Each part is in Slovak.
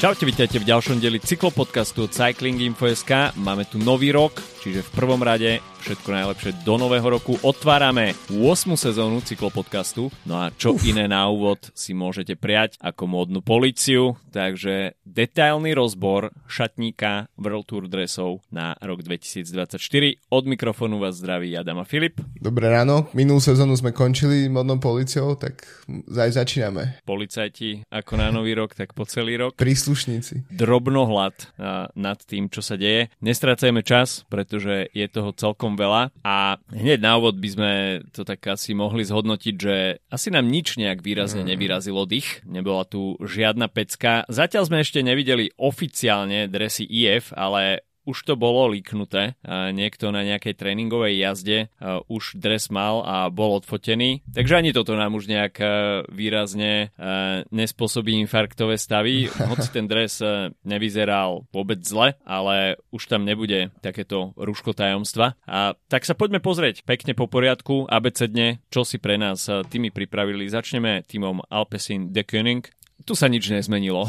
Čaute, vítajte v ďalšom dieli cyklopodcastu od Cycling Info.sk. Máme tu nový rok, čiže v prvom rade všetko najlepšie do nového roku. Otvárame 8. sezónu cyklopodcastu. No a čo iné na úvod si môžete prijať ako módnu políciu. Takže detailný rozbor šatníka World Tour dresov na rok 2024. Od mikrofónu vás zdraví Adam a Filip. Dobré ráno. Minulú sezónu sme končili módnou políciou, tak začíname. Policajti ako na nový rok, tak po celý rok. Príslušníci. Drobnohľad nad tým, čo sa deje. Nestrácajme čas, pretože je toho celkom veľa a hneď na úvod by sme to tak asi mohli zhodnotiť, že asi nám nič nejak výrazne nevyrazilo dých. Nebola tu žiadna pecka. Zatiaľ sme ešte nevideli oficiálne dresy IF, ale už to bolo líknuté. Niekto na nejakej tréningovej jazde už dres mal a bol odfotený. Takže ani toto nám už nejak výrazne nespôsobí infarktové stavy. Hoci ten dres nevyzeral vôbec zle, ale už tam nebude takéto rúško tajomstva. A tak sa poďme pozrieť pekne po poriadku, abecedne, čo si pre nás týmy pripravili. Začneme týmom Alpecin Deceuninck. Tu sa nič nezmenilo,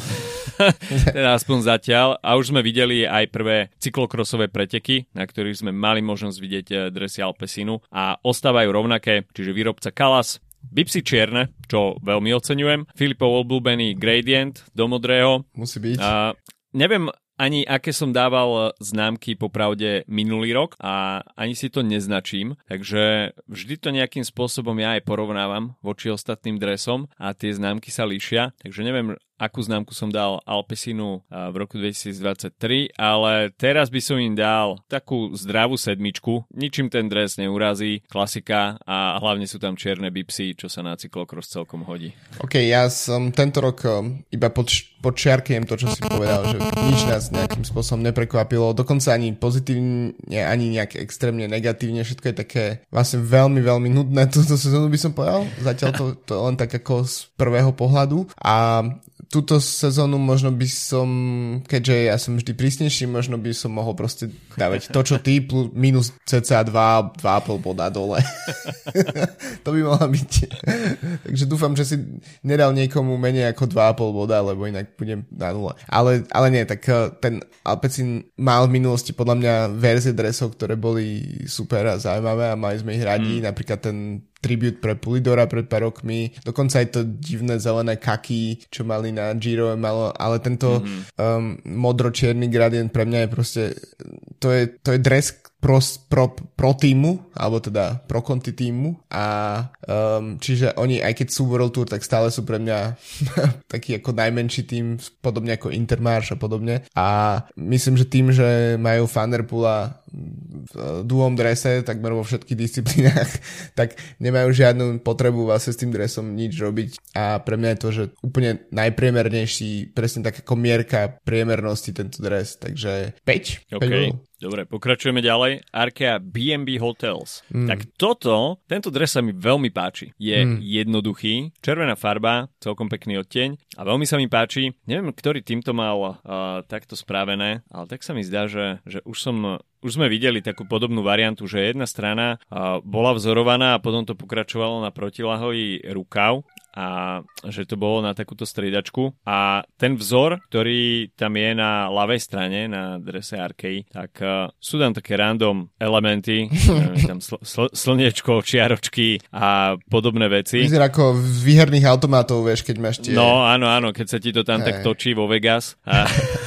teda aspoň zatiaľ. A už sme videli aj prvé cyklokrosové preteky, na ktorých sme mali možnosť vidieť dresy Alpecinu a ostávajú rovnaké, čiže výrobca Kalas, bipsy čierne, čo veľmi oceňujem, Filipov obľúbený gradient do modrého. Musí byť. Neviem ani aké som dával známky popravde minulý rok a ani si to neznačím, takže vždy to nejakým spôsobom ja aj porovnávam voči ostatným dresom a tie známky sa líšia, takže neviem, akú známku som dal Alpecinu v roku 2023, ale teraz by som im dal takú zdravú sedmičku. Ničím ten dres neurazí, klasika a hlavne sú tam čierne bipsy, čo sa na cyklokros celkom hodí. OK, ja som tento rok iba podčiarkujem to, čo si povedal, že nič nás nejakým spôsobom neprekvapilo, dokonca ani pozitívne, ani nejak extrémne negatívne, všetko je také vlastne veľmi, veľmi nudné túto sezónu by som povedal. Zatiaľ to len tak ako z prvého pohľadu a túto sezónu možno by som, keďže ja som vždy prísnejší, možno by som mohol proste dávať to, čo ty, plus minus cca 2,5 boda dole. To by mohla byť. Takže dúfam, že si nedal niekomu menej ako 2,5 boda, lebo inak budem na nule. Ale nie, tak ten Alpecin mal v minulosti podľa mňa verzie dresov, ktoré boli super a zaujímavé a mali sme ich radi. Napríklad ten tribute pre Pulidora pred pár rokmi, dokonca aj to divné zelené kaky, čo mali na Giro, ale tento modro-čierny gradient pre mňa je proste, to je dres pro týmu, alebo teda pro konti týmu a čiže oni, aj keď sú World Tour, tak stále sú pre mňa taký ako najmenší tým, podobne ako Intermarché a podobne a myslím, že tým, že majú Van der Poola v duom drese takmer vo všetkých disciplínach, tak nemajú žiadnu potrebu vlastne s tým dresom nič robiť a pre mňa je to, že úplne najpriemernejší, presne tak ako mierka priemernosti tento dres, takže 5. Okay. Dobre, pokračujeme ďalej. Arkea B&B Hotels. Tak tento dres sa mi veľmi páči. Je jednoduchý, červená farba, celkom pekný odtieň a veľmi sa mi páči. Neviem, ktorý tým to mal takto spravené, ale tak sa mi zdá, že už sme videli takú podobnú variantu, že jedna strana bola vzorovaná a potom to pokračovalo na protilahový rukav a že to bolo na takúto striedačku a ten vzor, ktorý tam je na ľavej strane na drese Arkei, tak sú tam také random elementy, tam slniečko, čiaročky a podobné veci. Vyzerá ako z výherných automatov, vieš, keď máš tie... No áno, keď sa ti to tam tak točí vo Vegas a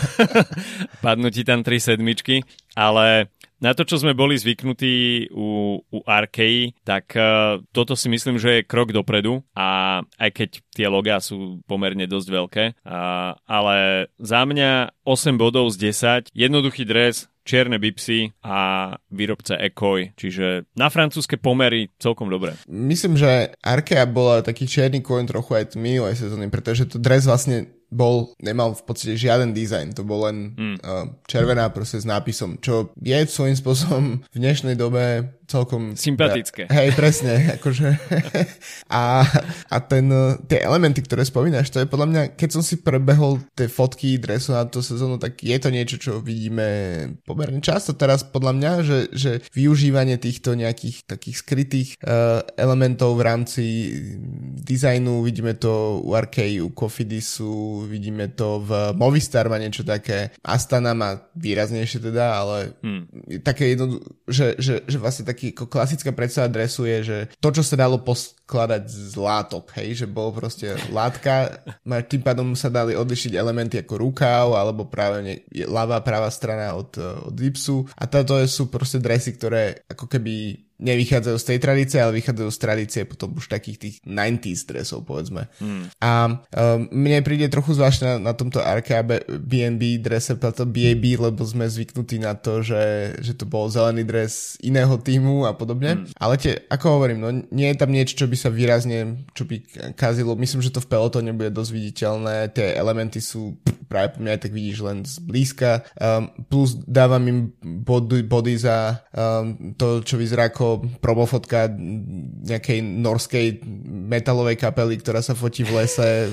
padnú ti tam 3 sedmičky, ale na to, čo sme boli zvyknutí u Arkei, tak toto si myslím, že je krok dopredu a aj keď tie logá sú pomerne dosť veľké, ale za mňa 8 bodov z 10, jednoduchý dres, čierne bipsy a výrobca Ekoj, čiže na francúzske pomery celkom dobré. Myslím, že Arkea bola taký čierny kôň trochu aj minulej sezóny, pretože to dres vlastne nemal v podstate žiaden dizajn, to bol len červená proste s nápisom, čo je svojím spôsobom v dnešnej dobe celkom... sympatické. Hej, presne, akože... a tie elementy, ktoré spomínaš, to je podľa mňa, keď som si prebehol tie fotky dresu na tú sezónu, tak je to niečo, čo vidíme pomerne často teraz podľa mňa, že využívanie týchto nejakých takých skrytých elementov v rámci dizajnu, vidíme to u Arkei, u Cofidisu, vidíme to v Movistar má niečo také, Astana má výraznejšie teda, ale také že vlastne taký ako klasická predstava dresu je, že to, čo sa dalo poskladať z látok, hej, že bolo proste látka, tým pádom sa dali odlišiť elementy ako rukáv, alebo práve ľavá, pravá strana od gipsu a táto sú proste dresy, ktoré ako keby nevychádzajú z tej tradície, ale vychádzajú z tradície potom už takých tých 90s dresov, povedzme. A mne príde trochu zvláštne na tomto RK BNB drese, preto BAB, lebo sme zvyknutí na to, že to bol zelený dres iného týmu a podobne. Ale ako hovorím, no nie je tam niečo, čo by sa výrazne, čo by kazilo. Myslím, že to v pelotone bude dosť viditeľné. Tie elementy sú práve po mňa aj tak vidíš len zblízka. Plus dávam im body za to, čo vyzerá ako promofotka nejakej norskej metalovej kapely, ktorá sa fotí v lese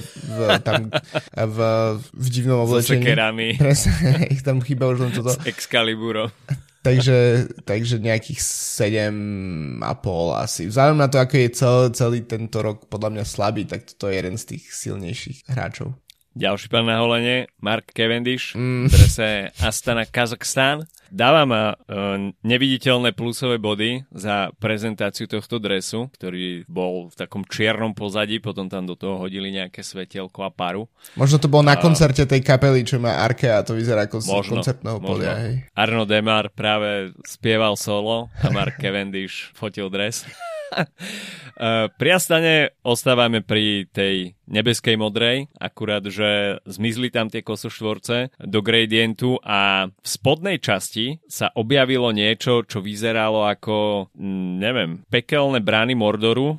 v divnom oblečení. So sekerami. Presne, ich tam chýba už len toto. S Excaliburom. Takže nejakých 7,5 asi. Vzhľadom na to, ako je celý tento rok podľa mňa slabý, tak to je jeden z tých silnejších hráčov. Ďalší pán na holenie, Mark Cavendish, v drese Astana Kazachstan. Dávam neviditeľné plusové body za prezentáciu tohto dresu, ktorý bol v takom čiernom pozadí, potom tam do toho hodili nejaké svetielko a paru. Možno to bolo na koncerte tej kapely, čo má Arkea, to vyzerá ako z koncertného podia. Hej. Arno Demar práve spieval solo a Mark Cavendish fotil dres. Pri Astane ostávame pri tej nebeskej modrej, akurát, že zmizli tam tie kosoštvorce do gradientu a v spodnej časti sa objavilo niečo, čo vyzeralo ako, neviem, pekelné brány Mordoru.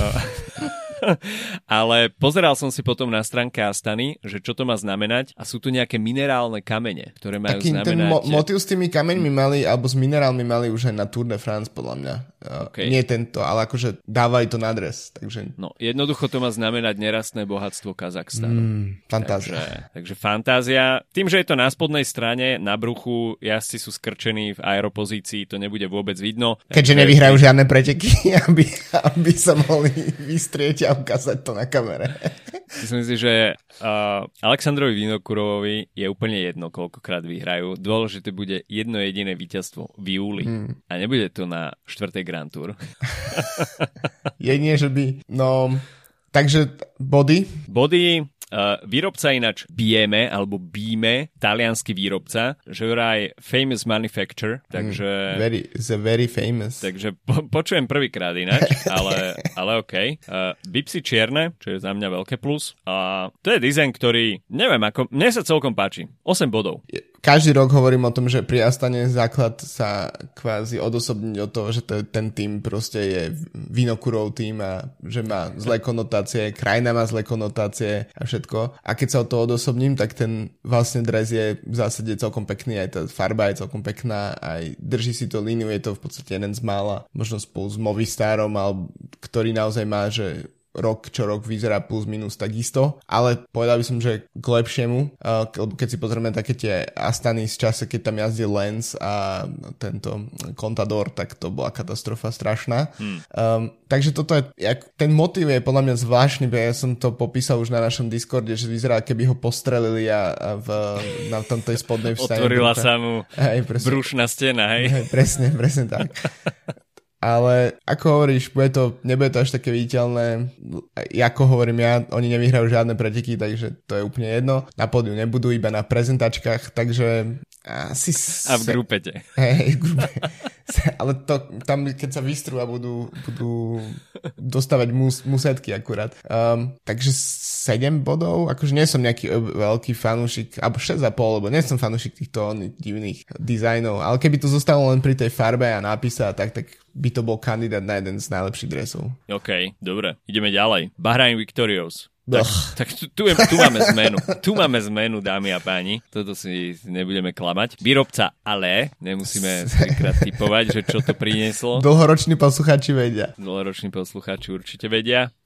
Ale pozeral som si potom na stránke Astany, že čo to má znamenať a sú tu nejaké minerálne kamene, ktoré majú taký znamenať... Ten motív s tými kameňmi mali, alebo s minerálmi mali už aj na Tour de France, podľa mňa. Okay. Nie tento, ale akože dávali to na dres. Takže... No, jednoducho to má znamenať nerastné bohatstvo Kazachstanu. Fantázia. Takže fantázia. Tým, že je to na spodnej strane, na bruchu, jazdci sú skrčení v aeropozícii, to nebude vôbec vidno. Keďže nevyhrajú žiadne preteky, aby sa mohli vystrieť a ukázať to na kamere. Myslím si, že Alexandrovi Vinokurovovi je úplne jedno, koľkokrát vyhrajú. Dôležité bude jedno jediné víťazstvo v júli. A nebude to na 4. Grand Tour. Jedine, že by... No... Takže body? Body... výrobca ináč Bieme, alebo Bime, taliansky výrobca, že vraj famous manufacturer, takže... Very famous. Takže počujem prvýkrát ináč, ale okej. Bipsy čierne, čo je za mňa veľké plus. A to je dizajn, ktorý, neviem, ako, mne sa celkom páči. 8 bodov. Každý rok hovorím o tom, že pri Astane základ sa kvázi odosobniť od toho, že ten tým proste je Vinokurov tým a že má zlé konotácie, krajina má zlé konotácie a všetko. A keď sa od toho odosobním, tak ten vlastne dres je v zásade celkom pekný, aj tá farba je celkom pekná, aj drží si to líniu, je to v podstate jeden z mála, možno spolu s Movistarom, ktorý naozaj má, že rok čo rok vyzerá plus minus takisto, ale povedal by som, že k lepšiemu, keď si pozrieme také tie Astany z čase, keď tam jazdil Lenz a tento Contador, tak to bola katastrofa strašná. Takže toto je, ten motív je podľa mňa zvláštny, ja som to popísal už na našom Discorde, že vyzerá, keby ho postrelili na tomto spodnej vstane. Otvorila sa mu brušná stena, hej? Presne tak. Ale ako hovoríš, nebude to až také viditeľné. Ako hovorím ja, oni nevyhrajú žiadne preteky, takže to je úplne jedno. Na pódiu nebudú, iba na prezentačkách, takže asi... A v grupete. Hej, v grupe. Ale tam, keď sa vystrú a budú dostávať musetky akurát. Takže 7 bodov, akože nie som nejaký veľký fanúšik, alebo 6,5, lebo nie som fanúšik týchto divných dizajnov, ale keby to zostalo len pri tej farbe a nápise a tak by to bol kandidát na jeden z najlepších dresov. OK, dobre, ideme ďalej. Bahrain Victorious. Tak tu máme zmenu. Tu máme zmenu, dámy a páni. Toto si nebudeme klamať. Výrobca ale, nemusíme trikrát typovať, že čo to prinieslo. Dlhoroční poslucháči vedia. Dlhoroční poslucháči určite vedia.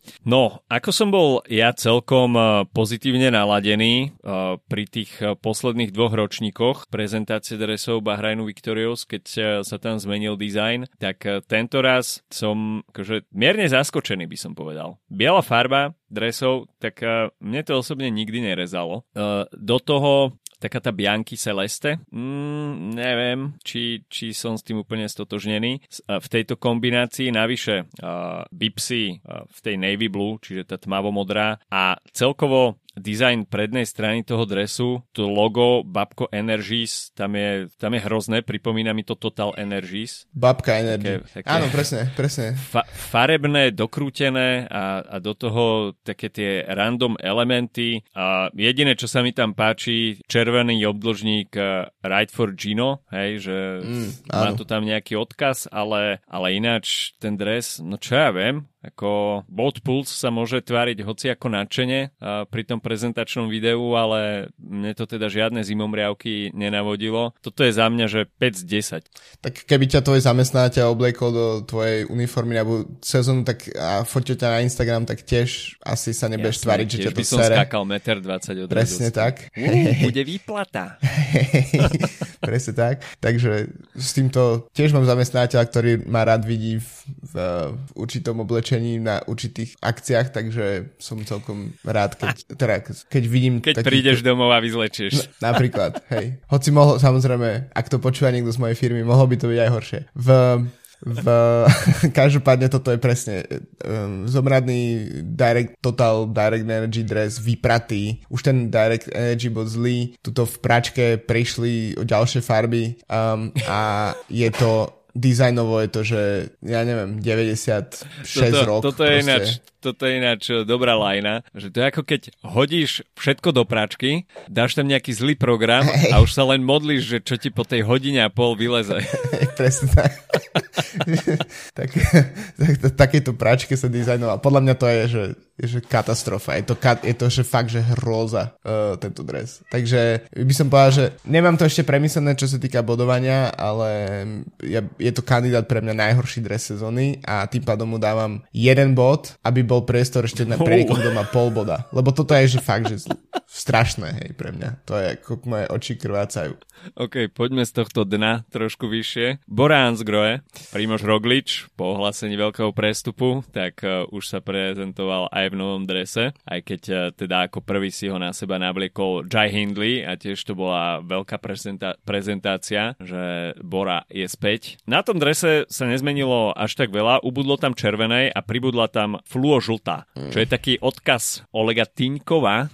No, ako som bol ja celkom pozitívne naladený pri tých posledných 2 ročníkoch prezentácie dresov Bahrainu Victorious, keď sa tam zmenil dizajn, tak tento raz som akože mierne zaskočený, by som povedal. Biela farba dresov, tak mne to osobne nikdy nerezalo. Do toho taká tá Bianchi Celeste. Neviem, či som s tým úplne stotožnený. V tejto kombinácii navyše Bipsy v tej navy blue, čiže tá tmavomodrá a celkovo dizajn prednej strany toho dresu, to logo Babko Energies, tam je hrozné, pripomína mi to Total Energies. Babka Energy. Také áno, presne. Farebné, dokrútené a do toho také tie random elementy. A jediné, čo sa mi tam páči, červený obdĺžník Right for Gino, hej, že má to tam nejaký odkaz, ale ináč ten dres, no čo ja viem, ako Boat Pulse sa môže tváriť hoci ako nadšene pri tom prezentačnom videu, ale mne to teda žiadne zimomriavky nenavodilo. Toto je za mňa, že 5 z 10. Tak keby ťa tvoj zamestnávateľ obliekol do tvojej uniformy alebo sezónu, tak a fotil ťa na Instagram, tak tiež asi sa nebudeš tváriť, že ťa to sere. Tiež by som skákal 1,20 m od Presne tak. Bude výplata. Presne tak. Takže s týmto tiež mám zamestnávateľa, ktorý ma rád vidí v určitom oblečení na určitých akciách, takže som celkom rád, keď vidím... Keď prídeš domov a vyzlečieš. Napríklad, hej. Hoci mohol, samozrejme, ak to počúva niekto z mojej firmy, mohlo by to byť aj horšie. Každopádne toto je presne zomradný Total Direct Energy dres vypratý. Už ten Direct Energy bol zlý. Tuto v pračke prišli o ďalšie farby a je to dizajnovo je to, že ja neviem, 96 rok. Toto je ináč dobrá lajna, že to je ako keď hodíš všetko do pračky, dáš tam nejaký zlý program a už sa len modlíš, že čo ti po tej hodine a pol vyleze. Presne tak. Takéto pračke sa dizajnoval. Podľa mňa to je, že katastrofa. Je to že fakt, že hrôza tento dres. Takže by som povedal, že nemám to ešte premyslené, čo sa týka bodovania, ale je to kandidát pre mňa najhorší dres sezóny a tým pádom mu dávam 1 bod, aby bol priestor ešte pre niekoho, kto má pol boda. Lebo toto je že fakt, že strašné, hej, pre mňa. To je, ako moje oči krvácajú. OK, poďme z tohto dna trošku vyššie. Bora Hansgrohe, Primož Roglič po ohlásení veľkého prestupu, tak už sa prezentoval aj v novom drese, aj keď teda ako prvý si ho na seba navliekol Jai Hindley a tiež to bola veľká prezentácia, že Bora je späť. Na tom drese sa nezmenilo až tak veľa, ubudlo tam červenej a pribudla tam fluožltá, čo je taký odkaz Olega Týňkova.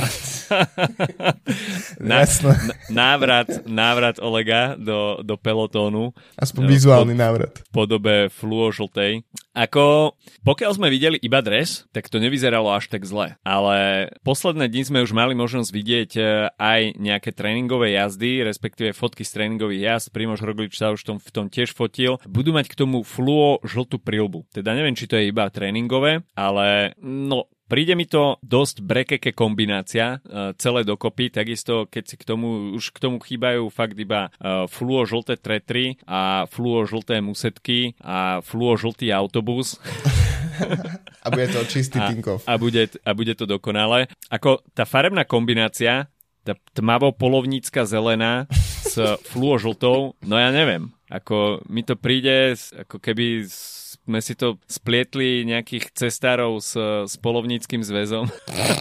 Návrat Olega do pelotónu. Aspoň vizuálny návrat. V podobe fluožltej. Ako, pokiaľ sme videli iba dres, tak to nevyzeralo až tak zle. Ale posledné dni sme už mali možnosť vidieť aj nejaké tréningové jazdy, respektíve fotky z tréningových jazd. Primož Roglič sa už v tom tiež fotil. Budú mať k tomu fluožltú prilbu. Teda neviem, či to je iba tréningové, ale no... Príde mi to dosť brekeke kombinácia, celé dokopy, takisto keď si k tomu chýbajú fakt iba fluo-žlté tretry a fluo-žlté musetky a fluo-žltý autobus. A bude to čistý Tinkov. A bude to dokonalé. Ako tá farebná kombinácia, tá tmavo-polovnícka zelená s fluo-žltou, no ja neviem. Ako mi to príde, ako keby sme si to splietli nejakých cestárov s polovníckým zväzom.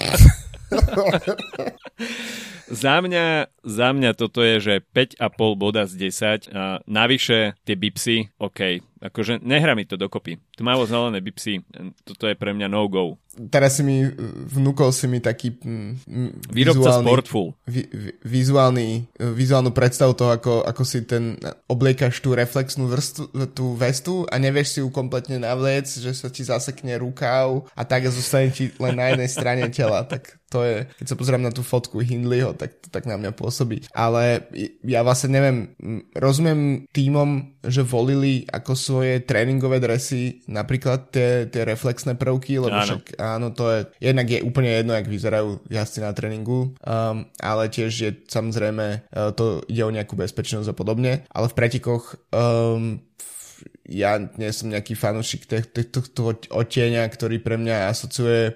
Za mňa toto je, že 5,5 boda z 10. A navyše tie bipsy, OK. Akože nehrá mi to dokopy. Tmavo zelené bipsy, toto je pre mňa no-go. Teraz vnúkol si mi taký výrobca Sportful. Vizuálnu predstavu toho, ako si obliekaš tú reflexnú tú vestu a nevieš si ju kompletne navliec, že sa ti zasekne rukáv a tak zostane ti len na jednej strane tela. Tak to je, keď sa pozerám na tú fotku Hindleyho, tak to tak na mňa pôsobí. Ale ja vlastne neviem, rozumiem tímom, že volili ako svoje tréningové dresy napríklad tie reflexné prvky, lebo však áno, to je, jednak je úplne jedno, jak vyzerajú jazdci na tréningu, ale tiež je samozrejme, to ide o nejakú bezpečnosť a podobne, ale v pretekoch ja nie som nejaký fanúšik toho odtieňa, ktorý pre mňa asociuje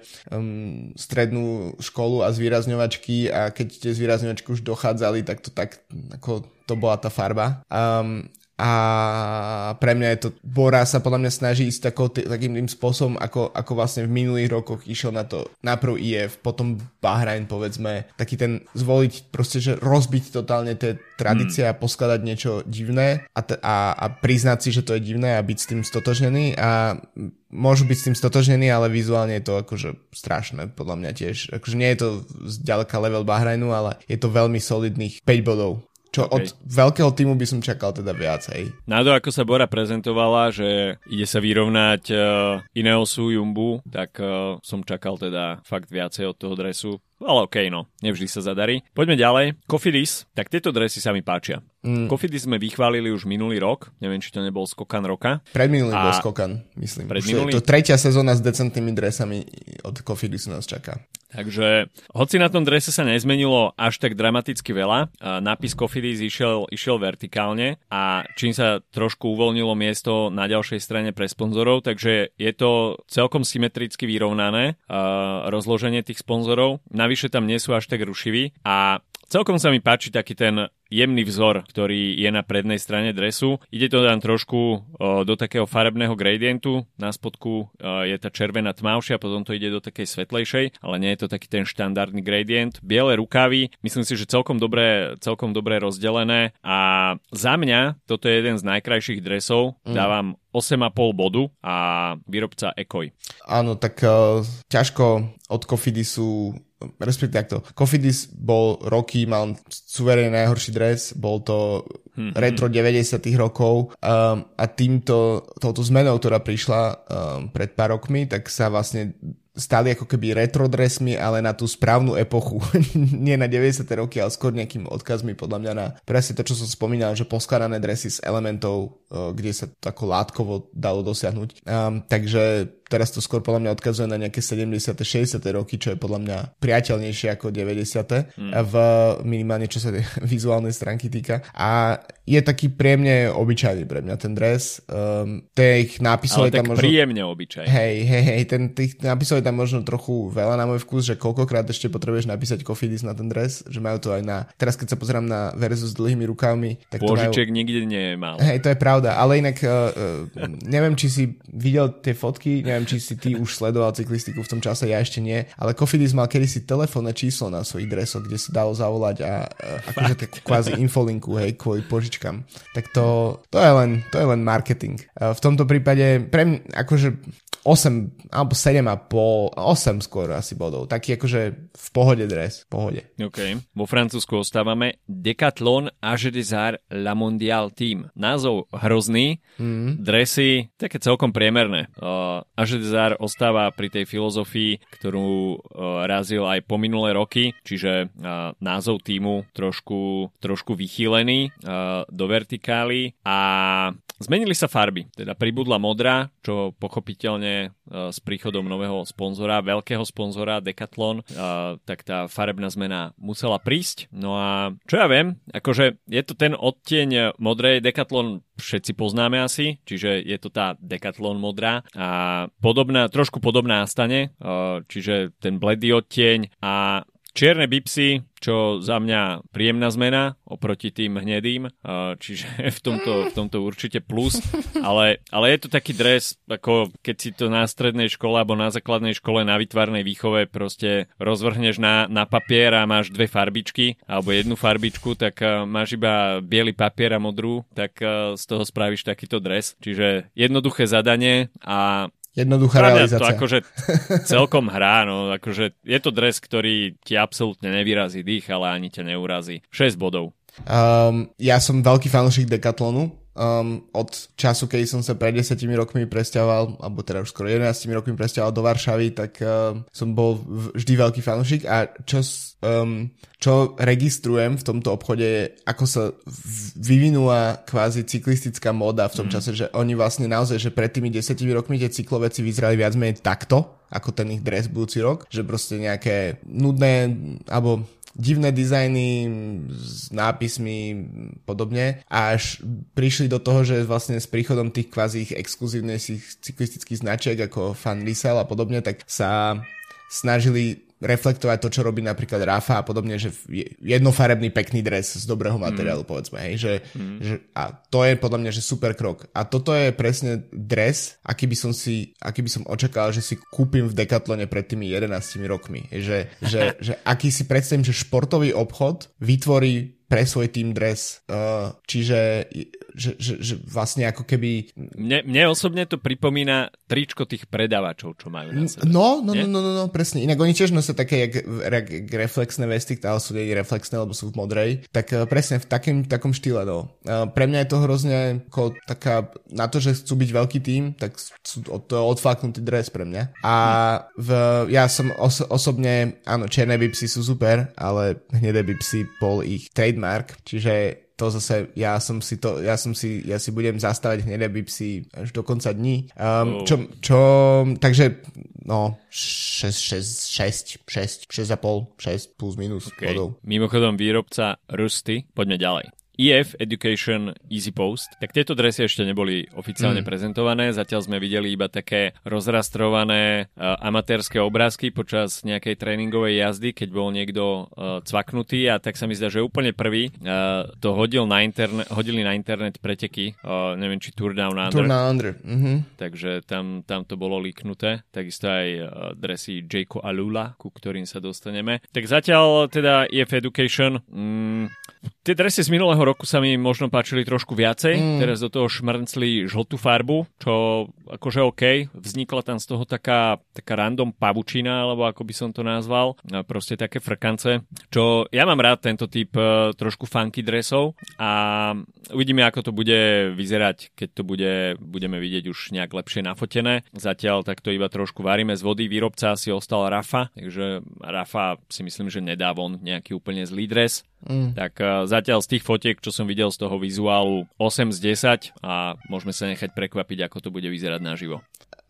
strednú školu a zvýrazňovačky a keď tie zvýrazňovačky už dochádzali, tak ako to bola tá farba. A pre mňa je to, Bora sa podľa mňa snaží ísť takým tým spôsobom, ako vlastne v minulých rokoch išiel na to najprv IF, potom Bahrain, povedzme, taký ten zvoliť proste, že rozbiť totálne tie tradície a poskladať niečo divné a priznať si, že to je divné a byť s tým stotožnený a môžu byť s tým stotožnení, ale vizuálne je to akože strašné, podľa mňa tiež. Akože nie je to zďaleka level Bahrainu, ale je to veľmi solidných 5 bodov. Čo od veľkého týmu by som čakal teda viac, hej. Na to, ako sa Bora prezentovala, že ide sa vyrovnať Ineosu Jumbu, tak som čakal teda fakt viacej od toho dresu. Ale okej, no, nevždy sa zadarí. Poďme ďalej. Cofidis, tak tieto dresy sa mi páčia. Cofidis sme vychválili už minulý rok, neviem, či to nebol skokan roka. Predminulý bol skokan, myslím. To tretia sezóna s decentnými dresami od Cofidisu nás čaká. Takže, hoci na tom drese sa nezmenilo až tak dramaticky veľa, nápis Cofidis išiel vertikálne a čím sa trošku uvoľnilo miesto na ďalšej strane pre sponzorov, takže je to celkom symetricky vyrovnané rozloženie tých sponzorov. Navyše tam nie sú až tak rušiví a celkom sa mi páči taký ten jemný vzor, ktorý je na prednej strane dresu. Ide to tam trošku do takého farebného gradientu. Na spodku je tá červená tmavšia, potom to ide do takej svetlejšej, ale nie je to taký ten štandardný gradient. Biele rukávy, myslím si, že celkom dobre rozdelené a za mňa toto je jeden z najkrajších dresov. Dávam 8,5 bodu a výrobca Ekoj. Áno, tak ťažko od Cofidisu, respektíve takto. Cofidis bol roky, mal suverénne najhorší dres, bol to retro 90. rokov a touto zmenou, ktorá prišla pred pár rokmi, tak sa vlastne stali ako keby retro dresmi, ale na tú správnu epochu. Nie na 90. roky, ale skôr nejakým odkazmi podľa mňa na presne to, čo som spomínal, že poskladané dresy s elementov, kde sa to ako látkovo dalo dosiahnuť. Takže teraz to skôr podľa mňa odkazuje na nejaké 70. 60. roky, čo je podľa mňa priateľnejšie ako 90. V minimálne čo sa vizuálnej stránky týka. A je taký príjemne obyčajný pre mňa ten dres. Tých nápisov je tam možno... príjemne obyčajný. Hej, tých nápisov je tam možno trochu veľa na môj vkus, že koľkokrát ešte potrebuješ napísať Cofidis na ten dres, že majú to aj na... Teraz keď sa pozerám na verzu s dlhými rukávmi, tak Božiček nikde nie je mal. Hej, to je pravda, ale inak neviem, či si videl tie fotky, neviem, či si ty už sledoval cyklistiku v tom čase, ja ešte nie, ale Cofidis mal kedysi telefónne číslo na svojich dresoch, kde sa dalo zavolať a akože tak kvázi infolinku, hej, kvôli požičkám. Tak to je len marketing. V tomto prípade pre mňa akože 8 alebo 7,5, 8 skôr asi bodov. Taký akože v pohode dres, v pohode. OK. Vo Francúzsku ostávame Decathlon Age des Arts La Mondiale Team. Názov hrozný, dresy také celkom priemerné. Age des Arts ostáva pri tej filozofii, ktorú razil aj po minulé roky, čiže názov týmu trošku vychýlený do vertikály a zmenili sa farby. Teda pribudla modrá, čo pochopiteľne s príchodom nového sponzora, veľkého sponzora Decathlon, tak tá farebná zmena musela prísť. No a čo ja viem, akože je to ten odtieň modrej, Decathlon všetci poznáme asi, čiže je to tá Decathlon modrá a trošku podobná Astane, čiže ten bledý odtieň a čierne bipsy, čo za mňa príjemná zmena oproti tým hnedým, čiže v tomto určite plus, ale je to taký dres, ako keď si to na strednej škole alebo na základnej škole na výtvarnej výchove proste rozvrhneš na papier a máš dve farbičky alebo jednu farbičku, tak máš iba biely papier a modrú, tak z toho spravíš takýto dres, čiže jednoduché zadanie a jednoduchá realizácia. To akože celkom hrá, no akože je to dres, ktorý ti absolútne nevyrazí dých, ale ani ťa neurazí. 6 bodov. Ja som veľký fanúšik Decathlonu. Od času, keď som sa pred 10 rokmi presťahoval, alebo teda už skoro 11 rokmi presťahoval do Varšavy, tak som bol vždy veľký fanúšik a čo registrujem v tomto obchode je, ako sa vyvinula kvázi cyklistická móda v tom čase, že oni vlastne naozaj, že pred tými 10 rokmi tie cykloveci vyzerali viac menej takto, ako ten ich dres budúci rok, že proste nejaké nudné, alebo divné dizajny s nápismi podobne, až prišli do toho, že vlastne s príchodom tých kvázi exkluzívnych cyklistických značiek ako Van Lysel a podobne, tak sa snažili reflektovať to, čo robí napríklad Rafa a podobne, že jednofarebný pekný dres z dobrého materiálu, povedzme, hej, že a to je podľa mňa, že super krok. A toto je presne dres, aký by som očakával, že si kúpim v Decathlone pred tými 11 rokmi. Že aký si predstavím, že športový obchod vytvorí pre svoj tým dres. Čiže že vlastne ako keby... Mne osobne to pripomína tričko tých predávačov, čo majú na sebe. No, presne. Inak oni tiež nosia také jak reflexné vesty, ale sú jej reflexné, lebo sú v modrej. Tak presne v takom štýle, no. Pre mňa je to hrozne ako taká, na to, že chcú byť veľký tým, tak to je odflaknutý dres pre mňa. A ja som osobne, áno, černé bipsy sú super, ale hnedé bipsy bol ich trademark, čiže to zase, ja si budem zastávať hnedé bipsy až do konca dní. Takže no 6,5, 6 plus minus bodov. Mimochodom výrobca Rusty, poďme ďalej. EF Education Easy Post. Tak tieto dresy ešte neboli oficiálne prezentované, zatiaľ sme videli iba také rozrastrované amatérske obrázky počas nejakej tréningovej jazdy, keď bol niekto cvaknutý a tak sa mi zdá, že úplne prvý to hodili na internet preteky, neviem či Tour Down Under. Tour Down Under. Takže tam to bolo líknuté, takisto aj dresy Jayco Alula, ku ktorým sa dostaneme. Tak zatiaľ teda EF Education tie dresy z minulého roku sa mi možno páčili trošku viacej. Teraz do toho šmrncli žltú farbu, čo akože OK. Vznikla tam z toho taká random pavučina, alebo ako by som to nazval. Proste také frkance. Čo ja mám rád tento typ trošku funky dresov a uvidíme, ako to bude vyzerať, keď to budeme vidieť už nejak lepšie nafotené. Zatiaľ takto iba trošku varíme z vody. Výrobca si ostal Rafa, takže Rafa si myslím, že nedá von nejaký úplne zlý dres. Tak zatiaľ z tých fotiek, čo som videl z toho vizuálu 8 z 10 a môžeme sa nechať prekvapiť, ako to bude vyzerať naživo.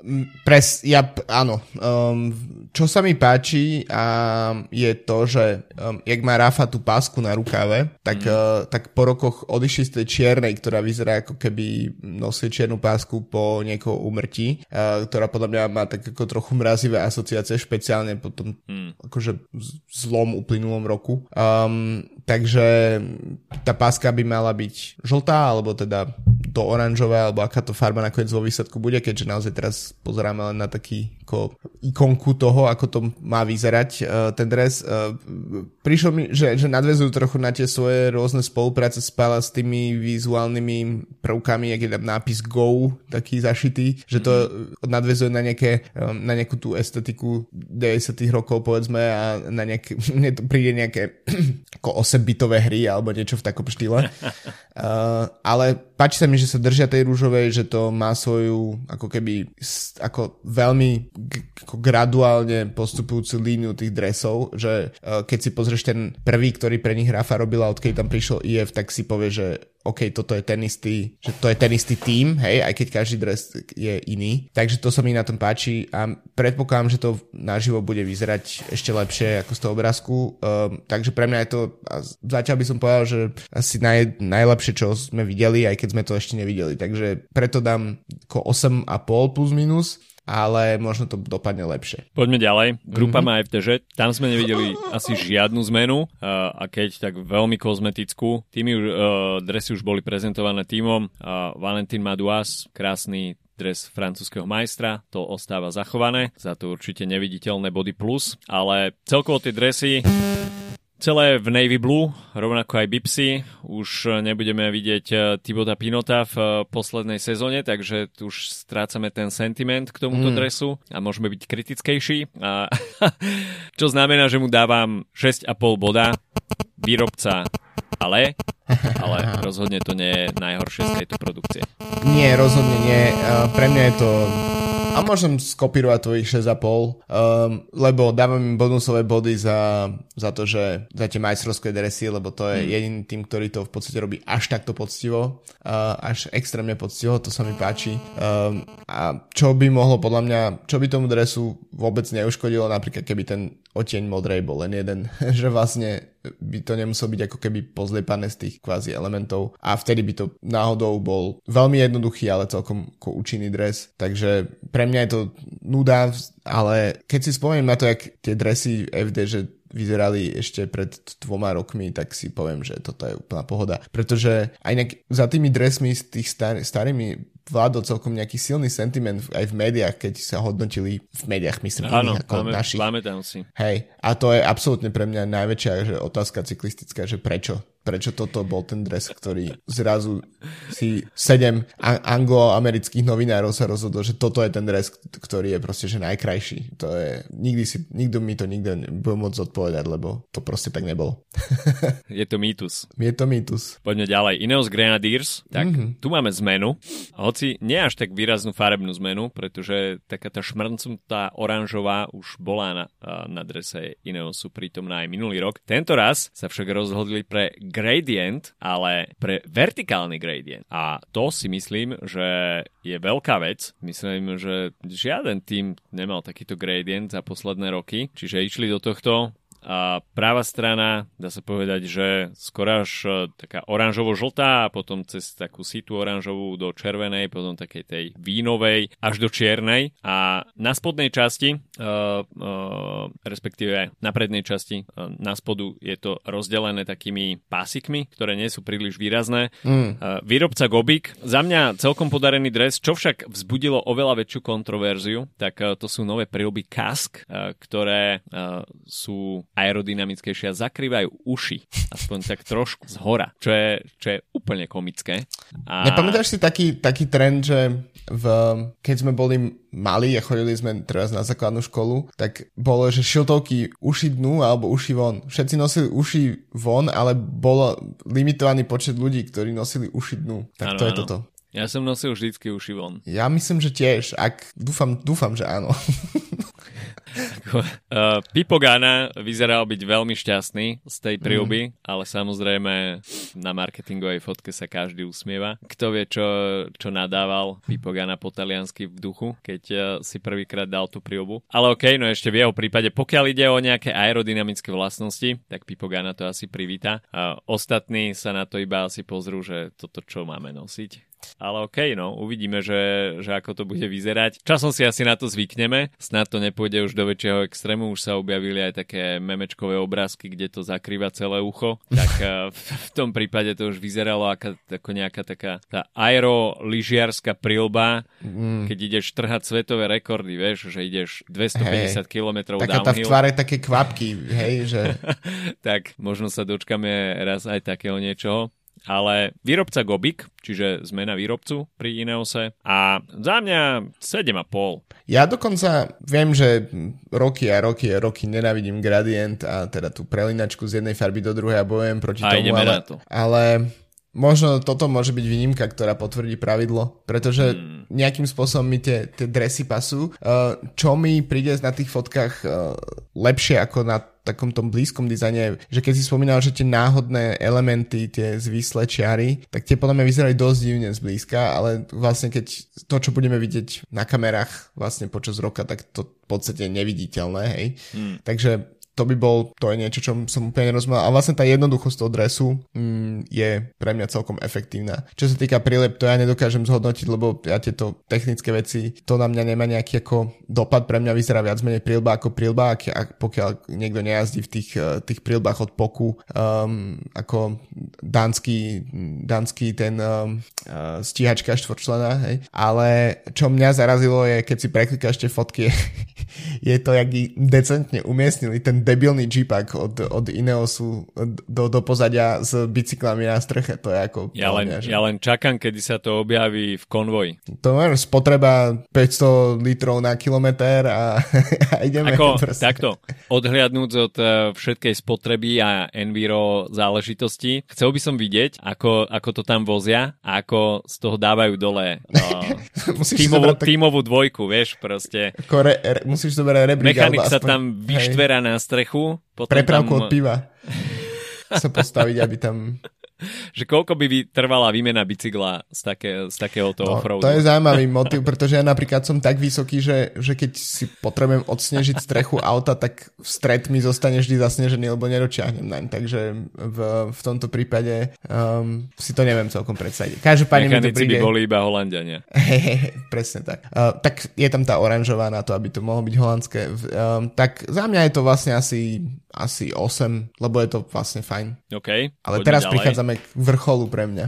Áno. Čo sa mi páči je to, že jak má Rafa tú pásku na rukave, tak po rokoch odišli z tej čiernej, ktorá vyzerá ako keby nosil čiernu pásku po niekoho úmrtí, ktorá podľa mňa má tak ako trochu mrazivé asociácie, špeciálne po tom akože zlom uplynulom roku. Takže tá páska by mala byť žltá, alebo teda do oranžová, alebo aká to farba nakoniec vo výsledku bude, keďže naozaj teraz pozeráme len na taký ikonku toho, ako to má vyzerať ten dres. Prišlo mi, že nadväzujú trochu na tie svoje rôzne spolupráce s tými vizuálnymi prvkami, jak je tam nápis Go, taký zašitý, že to nadväzuje na nejakú tú estetiku 90. rokov, povedzme, a na mne to príde nejaké ako 8-bitové hry, alebo niečo v takom štýle. Ale páči sa mi, že sa držia tej rúžovej, že to má svoju ako keby ako veľmi ako graduálne postupujúcu líniu tých dresov, že keď si pozrieš ten prvý, ktorý pre nich Rafa robila, odkedy tam prišiel EF, tak si povie, že OK, toto je ten istý tím, hej, aj keď každý dres je iný. Takže to sa mi na tom páči a predpokladám, že to naživo bude vyzerať ešte lepšie ako z toho obrázku. Takže pre mňa je to, zatiaľ by som povedal, že asi najlepšie, čo sme videli, aj keď sme to ešte nevideli. Takže preto dám ako 8,5 plus minus, ale možno to dopadne lepšie. Poďme ďalej. Grupa má FTŽ. Tam sme nevideli asi žiadnu zmenu a keď tak veľmi kozmetickú. Dresy už boli prezentované tímom. Valentin Madouas, krásny dres francúzskeho majstra, to ostáva zachované. Za to určite neviditeľné body plus, ale celkovo tie dresy celé v navy blue, rovnako aj bipsy. Už nebudeme vidieť Thibauta Pinota v poslednej sezóne, takže už strácame ten sentiment k tomuto dresu a môžeme byť kritickejší. Čo znamená, že mu dávam 6,5 boda. Výrobca ale rozhodne to nie je najhoršie z tejto produkcie. Nie, rozhodne nie. Pre mňa je to... A môžem skopírovať tvojich 6,5, lebo dávam im bonusové body za to, že za tie majstrovské dresy, lebo to je jediný tým, ktorý to v podstate robí až takto poctivo, až extrémne poctivo, to sa mi páči. A čo by mohlo podľa mňa, čo by tomu dresu vôbec neuškodilo, napríklad keby ten odtieň modrej bol len jeden, že vlastne by to nemuselo byť ako keby pozliepané z tých kvázi elementov a vtedy by to náhodou bol veľmi jednoduchý, ale celkom účinný dres. Takže pre mňa je to nuda, ale keď si spomeniem na to, jak tie dresy FD, že vyzerali ešte pred 2 rokmi, tak si poviem, že toto je úplná pohoda. Pretože aj za tými dresmi z tých starými vládol celkom nejaký silný sentiment aj v médiách, keď sa hodnotili v médiách, myslím, áno, ako našich. Pamätám si. Hej, a to je absolútne pre mňa najväčšia otázka cyklistická, že prečo toto bol ten dres, ktorý zrazu si 7 anglo-amerických novinárov sa rozhodlo, že toto je ten dres, ktorý je proste že najkrajší. To je, nikto mi to nikto nebude môcť odpovedať, lebo to proste tak nebolo. Je to mýtus. Je to mýtus. Poďme ďalej. Ineos Grenadiers, tak tu máme zmenu, hoci nie až tak výraznú farebnú zmenu, pretože taká tá šmrncnutá oranžová už bola na drese Ineosu prítomná aj minulý rok. Tento raz sa však rozhodli pre gradient, ale pre vertikálny gradient. A to si myslím, že je veľká vec. Myslím, že žiaden tým nemal takýto gradient za posledné roky, čiže išli do tohto. A práva strana, dá sa povedať, že skoro až taká oranžovo-žltá a potom cez takú situ oranžovú do červenej, potom takej tej vínovej až do čiernej. A na spodnej časti, respektíve na prednej časti, na spodu je to rozdelené takými pásikmi, ktoré nie sú príliš výrazné. Výrobca Gobik, za mňa celkom podarený dres, čo však vzbudilo oveľa väčšiu kontroverziu, tak to sú nové príľuby Kask, ktoré sú aerodynamickejšie a zakrývajú uši, aspoň tak trošku zhora, čo je úplne komické. Nepamätáš si taký trend, že keď sme boli malí a chodili sme teraz na základnú školu, tak bolo, že šiltovky uši dnu alebo uši von. Všetci nosili uši von, ale bolo limitovaný počet ľudí, ktorí nosili uši dnu. Tak ano, to je toto. Ja som nosil vždycky uši von. Ja myslím, že tiež. Dúfam, že áno. Pipo Ganna vyzeral byť veľmi šťastný z tej príľuby, ale samozrejme na marketingovej fotke sa každý usmieva. Kto vie, čo nadával Pipo Ganna po taliansky v duchu, keď si prvýkrát dal tú príľubu. Ale okej, no ešte v jeho prípade, pokiaľ ide o nejaké aerodynamické vlastnosti, tak Pipo Ganna to asi privíta. Ostatní sa na to iba asi pozrú, že toto čo máme nosiť. Ale okej, no, uvidíme, že ako to bude vyzerať. Časom si asi na to zvykneme, snad to nepôjde už do väčšieho extrému, už sa objavili aj také memečkové obrázky, kde to zakrýva celé ucho, tak v tom prípade to už vyzeralo ako nejaká taká tá aeroližiarská príľba, keď ideš trhať svetové rekordy, vieš, že ideš 250 km downhill. Taká tá v tvare také kvapky, hej, že... Tak, možno sa dočkame raz aj takého niečoho. Ale výrobca Gobik, čiže zmena výrobcu pri Ineose a za mňa 7,5. Ja dokonca viem, že roky nenávidím gradient a teda tú prelinačku z jednej farby do druhej a bojujem proti tomu, ale možno toto môže byť výnimka, ktorá potvrdí pravidlo, pretože nejakým spôsobom mi tie dresy pasú. Čo mi príde na tých fotkách lepšie ako na takom tom blízkom dizajne, že keď si spomínal, že tie náhodné elementy, tie zvislé čiary, tak tie podľa mňa vyzerajú dosť divne zblízka, ale vlastne keď to, čo budeme vidieť na kamerách vlastne počas roka, tak to v podstate neviditeľné, hej. Takže to je niečo, čo som úplne nerozumel. A vlastne tá jednoduchosť toho dresu je pre mňa celkom efektívna. Čo sa týka prílep, to ja nedokážem zhodnotiť, lebo ja tieto technické veci, to na mňa nemá nejaký ako dopad. Pre mňa vyzerá viac menej prílba ako prílba, pokiaľ niekto nejazdí v tých prílbách od Poku, ako dánsky ten stíhačka štvorčlená, hej. Ale čo mňa zarazilo je, keď si preklikáš tie fotky, je to, jak decentne umiestnili ten debilný jeepak od Ineosu do pozadia s bicyklami na streche. To je ako... Ja len čakám, kedy sa to objaví v konvoji. To je spotreba 500 litrov na kilometr a ideme. Takto, odhliadnúť od všetkej spotreby a enviro záležitosti, chcel by som vidieť, ako to tam vozia a ako z toho dávajú dole tímovú dvojku, vieš, proste. Musíš zoberať rebrík. Mechanik sa tam vyštverá na strechu. Prepravku od piva sa postaviť, aby tam Že koľko by trvala výmena bicykla z takéhoto offroadu? To je zaujímavý motiv, pretože ja napríklad som tak vysoký, že keď si potrebujem odsnežiť strechu auta, tak stred mi zostane vždy zasnežený, lebo nedočiahnem naň. Takže v tomto prípade si to neviem celkom predstaviť. Každopádne mi to príde... by boli iba Holanďania. Presne tak. Tak je tam tá oranžová na to, aby to mohlo byť holandské. Tak za mňa je to vlastne asi 8, lebo je to vlastne fajn. OK. Ale teraz prichádzame k vrcholu pre mňa.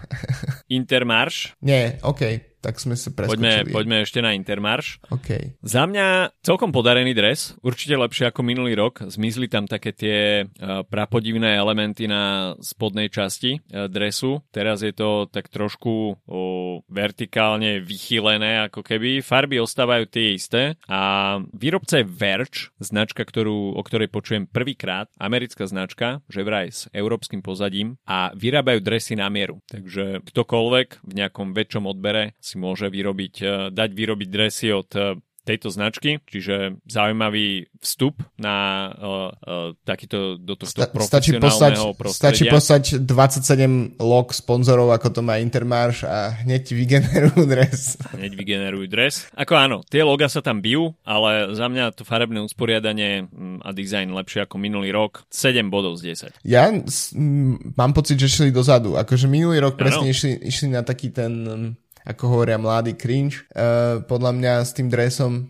Intermarš? Nie, OK. Tak sme sa preskočili. Poďme ešte na Intermarš. Okay. Za mňa celkom podarený dres, určite lepšie ako minulý rok. Zmizli tam také tie prapodivné elementy na spodnej časti dresu. Teraz je to tak trošku vertikálne vychylené, ako keby. Farby ostávajú tie isté a výrobca je Verge, značka, o ktorej počujem prvýkrát, americká značka, že vraj s európskym pozadím a vyrábajú dresy na mieru. Takže ktokoľvek v nejakom väčšom odbere si môže dať vyrobiť dresy od tejto značky, čiže zaujímavý vstup na takýto do tohto profesionálneho prostredia. Stačí poslať 27 log sponzorov, ako to má Intermarš a hneď vygenerujú dres. Ako áno, tie loga sa tam bijú, ale za mňa to farebné usporiadanie a dizajn lepšie ako minulý rok. 7 bodov z 10. Ja mám pocit, že šli dozadu. Akože minulý rok presne išli na taký ten... ako hovoria mladý cringe, podľa mňa s tým dresom,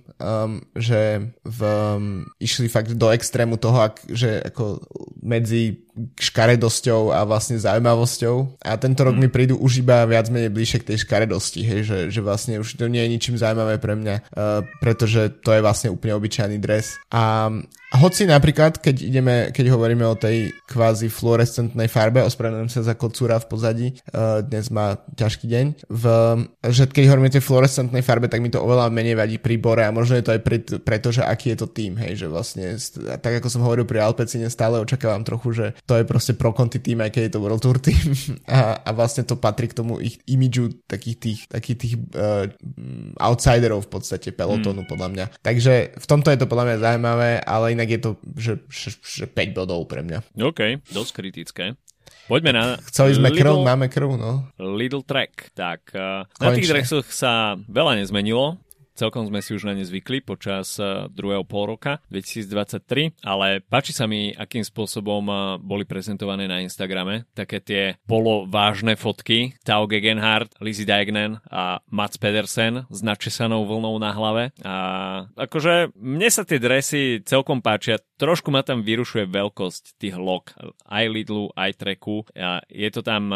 že išli fakt do extrému toho, že ako medzi škaredosťou a vlastne zaujímavosťou. A tento rok mi prídu už iba viac menej bližšie k tej škaredosti, hej, že vlastne už to nie je ničím zaujímavé pre mňa, pretože to je vlastne úplne obyčajný dres. A hoci napríklad, keď hovoríme o tej kvázi fluorescentnej farbe, ospravedlňujem sa za kocúra v pozadí, dnes má ťažký deň, že keď hovoríme o tej fluorescentnej farbe, tak mi to oveľa menej vadí pri bore a možno je to aj preto, že aký je to tým, hej, že vlastne, tak ako som hovoril pri Alpecine, stále očakávam trochu, že to je proste pro konti tým, aj keď je to World Tour tým a vlastne to patrí k tomu ich imidžu takých tých outsiderov v podstate pelotónu podľa mňa. Takže v tomto je to podľa mňa zaujímavé, ale inak je to, že 5 bodov pre mňa. OK, dosť kritické. Poďme na Chceli sme krv, máme krv, no. Lidl Trek. Tak, na tých dresoch sa veľa nezmenilo. Celkom sme si už na ne zvykli počas druhého polroka 2023, ale páči sa mi, akým spôsobom boli prezentované na Instagrame. Také tie polovážne fotky. Tao Gegenhardt, Lizzie Deignan a Mats Pedersen s načesanou vlnou na hlave. A akože mne sa tie dresy celkom páčia. Trošku ma tam vyrušuje veľkosť tých log. Aj Lidlu, aj Treku. Je to tam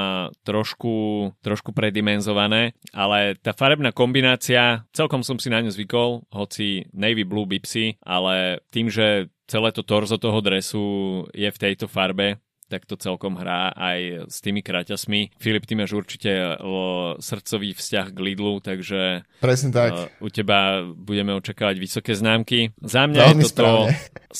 trošku predimenzované, ale tá farebná kombinácia, celkom som si na ňu zvykol, hoci Navy Blue Bipsy, ale tým, že celé to torzo toho dresu je v tejto farbe, tak to celkom hrá aj s tými kraťasmi. Filip, ty máš určite srdcový vzťah k Lidlu, takže presne tak. U teba budeme očakávať vysoké známky. Za mňa je toto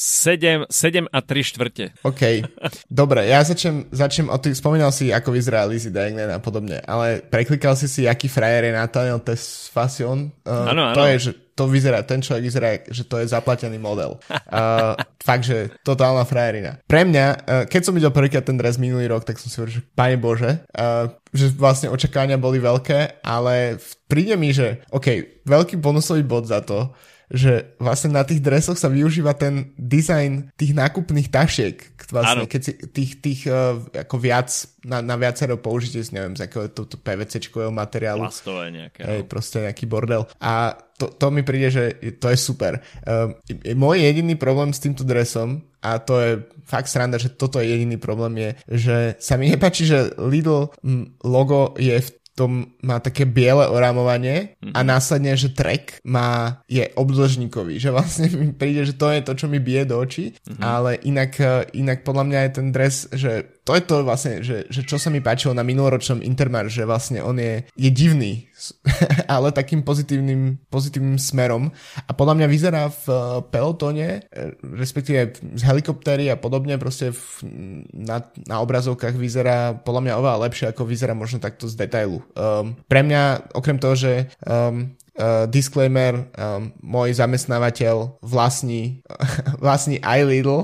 7 a 3/4. OK, dobre, ja začnem spomínal si, ako vyzerá Lizzie Deignan a podobne, ale preklikal si, aký frajer je Nathaniel Tesfacion. Áno. To je, že to vyzerá, ten človek vyzerá, že to je zaplatený model. Fakt, že totálna frajerina. Pre mňa, keď som videl prvýkrát ten dres minulý rok, tak som si hovoril, že Pane Bože, že vlastne očakávania boli veľké, ale príde mi, že OK, veľký bonusový bod za to, že vlastne na tých dresoch sa využíva ten dizajn tých nákupných tašiek, vlastne, keď si tých ako viac na viacero použitie, neviem, z akého to PVC-čkového materiálu. Plastové nejaké. Proste nejaký bordel. A to mi príde, že to je super. Môj jediný problém s týmto dresom, a to je fakt sranda, že toto je jediný problém, je, že sa mi nepáči, že Lidl logo je má také biele orámovanie a následne, že Trek je obdĺžnikový, že vlastne mi príde, že to je to, čo mi bije do očí, ale inak podľa mňa je ten dres, že to je to vlastne, že čo sa mi páčilo na minuloročnom Intermarš, že vlastne on je divný, ale takým pozitívnym smerom a podľa mňa vyzerá v pelotóne, respektíve z helikoptéry a podobne, proste na obrazovkách vyzerá podľa mňa oveľa lepšie, ako vyzerá možno takto z detailu. Pre mňa, okrem toho, že disclaimer, môj zamestnávateľ vlastní iLidl,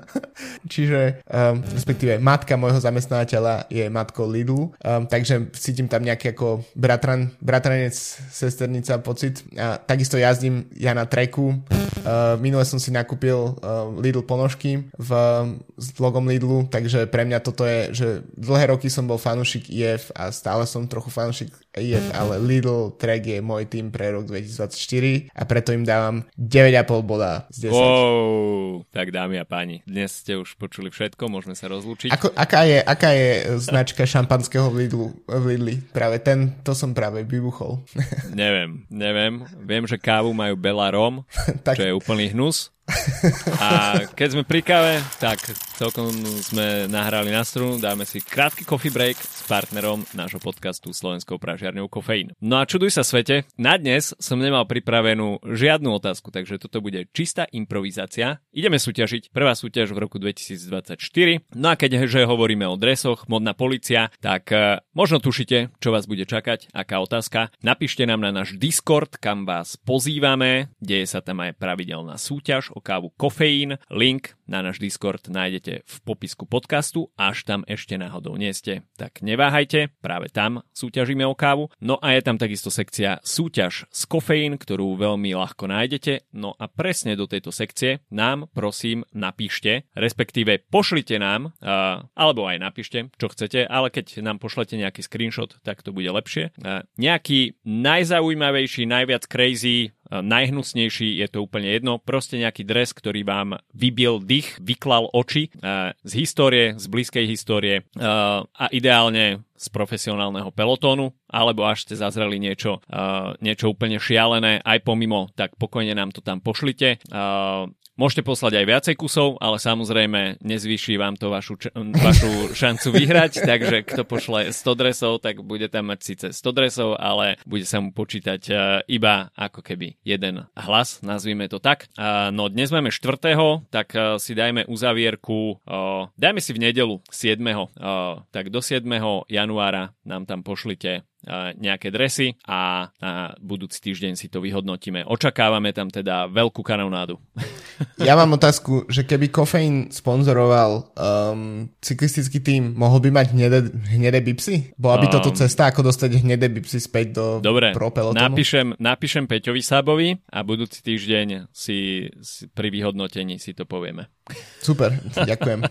čiže respektíve matka môjho zamestnávateľa je matkou Lidlu, takže cítim tam nejaký ako bratranec, sesternica pocit. Takisto jazdím ja na treku. Minule som si nakúpil Lidl ponožky s logom Lidlu, takže pre mňa toto je, že dlhé roky som bol fanúšik IF a stále som trochu fanúšik IF, ale Lidl Trek je môj tým pre rok 2024 a preto im dávam 9,5 boda z 10. Wow, tak dámy a páni, dnes ste už počuli všetko, môžeme sa rozlúčiť. Aká je značka šampanského v Lidli? Práve to som práve vybuchol. Neviem. Viem, že kávu majú Bella Rom, čo je úplný hnus. A keď sme pri káve, tak celkom sme nahrali na strunu, dáme si krátky coffee break s partnerom nášho podcastu Slovenskou pražiarňou Kofeín. No a čuduj sa svete, na dnes som nemal pripravenú žiadnu otázku, takže toto bude čistá improvizácia. Ideme súťažiť, prvá súťaž v roku 2024. No a keďže hovoríme o dresoch, modná polícia, tak možno tušite, čo vás bude čakať, aká otázka. Napíšte nám na náš Discord, kam vás pozývame, deje sa tam aj pravidelná súťaž o kávu Kofeín. Link na náš Discord nájdete v popisku podcastu, až tam ešte náhodou nie ste. Tak neváhajte, práve tam súťažíme o kávu. No a je tam takisto sekcia súťaž s Kofeín, ktorú veľmi ľahko nájdete. No a presne do tejto sekcie nám prosím napíšte, respektíve pošlite nám, alebo aj napíšte, čo chcete, ale keď nám pošlete nejaký screenshot, tak to bude lepšie. Nejaký najzaujímavejší, najviac crazy, najhnusnejší, je to úplne jedno, proste nejaký dres, ktorý vám vybil dých, vyklal oči z histórie, z blízkej histórie a ideálne z profesionálneho pelotónu, alebo až ste zazreli niečo úplne šialené aj pomimo, tak pokojne nám to tam pošlite. Môžete poslať aj viacej kusov, ale samozrejme nezvýši vám to vašu šancu vyhrať, takže kto pošle 100 dresov, tak bude tam mať síce 100 dresov, ale bude sa mu počítať iba ako keby jeden hlas, nazvime to tak. No dnes máme 4., tak si dajme uzavierku, dajme si v nedeľu 7. Tak do 7. januára nám tam pošlite nejaké dresy a budúci týždeň si to vyhodnotíme. Očakávame tam teda veľkú kanonádu. Ja mám otázku, že keby Kofeín sponzoroval cyklistický tím, mohol by mať hnedé bipsy? Bola by toto cesta, ako dostať hnedé bipsy späť do pro pelotónu? Napíšem Peťovi Sábovi a budúci týždeň si pri vyhodnotení si to povieme. Super, ďakujem.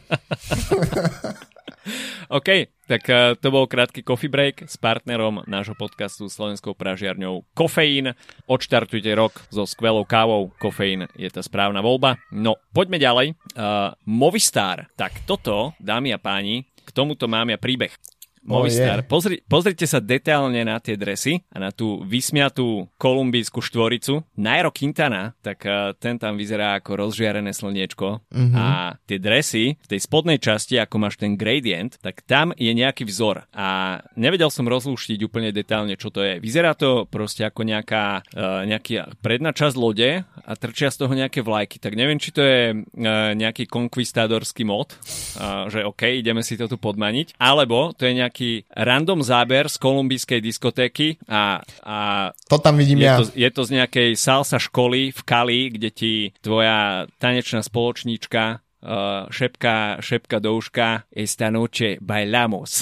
OK, tak to bol krátky coffee break s partnerom nášho podcastu Slovenskou pražiarňou Kofeín. Odštartujte rok so skvelou kávou. Kofeín je tá správna voľba. No, poďme ďalej. Movistar. Tak toto, dámy a páni, k tomuto mám ja príbeh. Movistar. Pozrite sa detailne na tie dresy a na tú vysmiatú kolumbijskú štvoricu. Nairo Quintana, tak ten tam vyzerá ako rozžiarené slniečko. A tie dresy v tej spodnej časti, ako máš ten gradient, tak tam je nejaký vzor. A nevedel som rozlúštiť úplne detailne, čo to je. Vyzerá to proste ako nejaká predná časť lode a trčia z toho nejaké vlajky. Tak neviem, či to je nejaký konkvistádorský mod, že OK, ideme si to tu podmaniť, alebo to je nejaký random záber z kolumbijskej diskotéky a to tam vidím je to z nejakej salsa školy v Cali, kde ti tvoja tanečná spoločníčka šepka do uška: esta noche bailamos.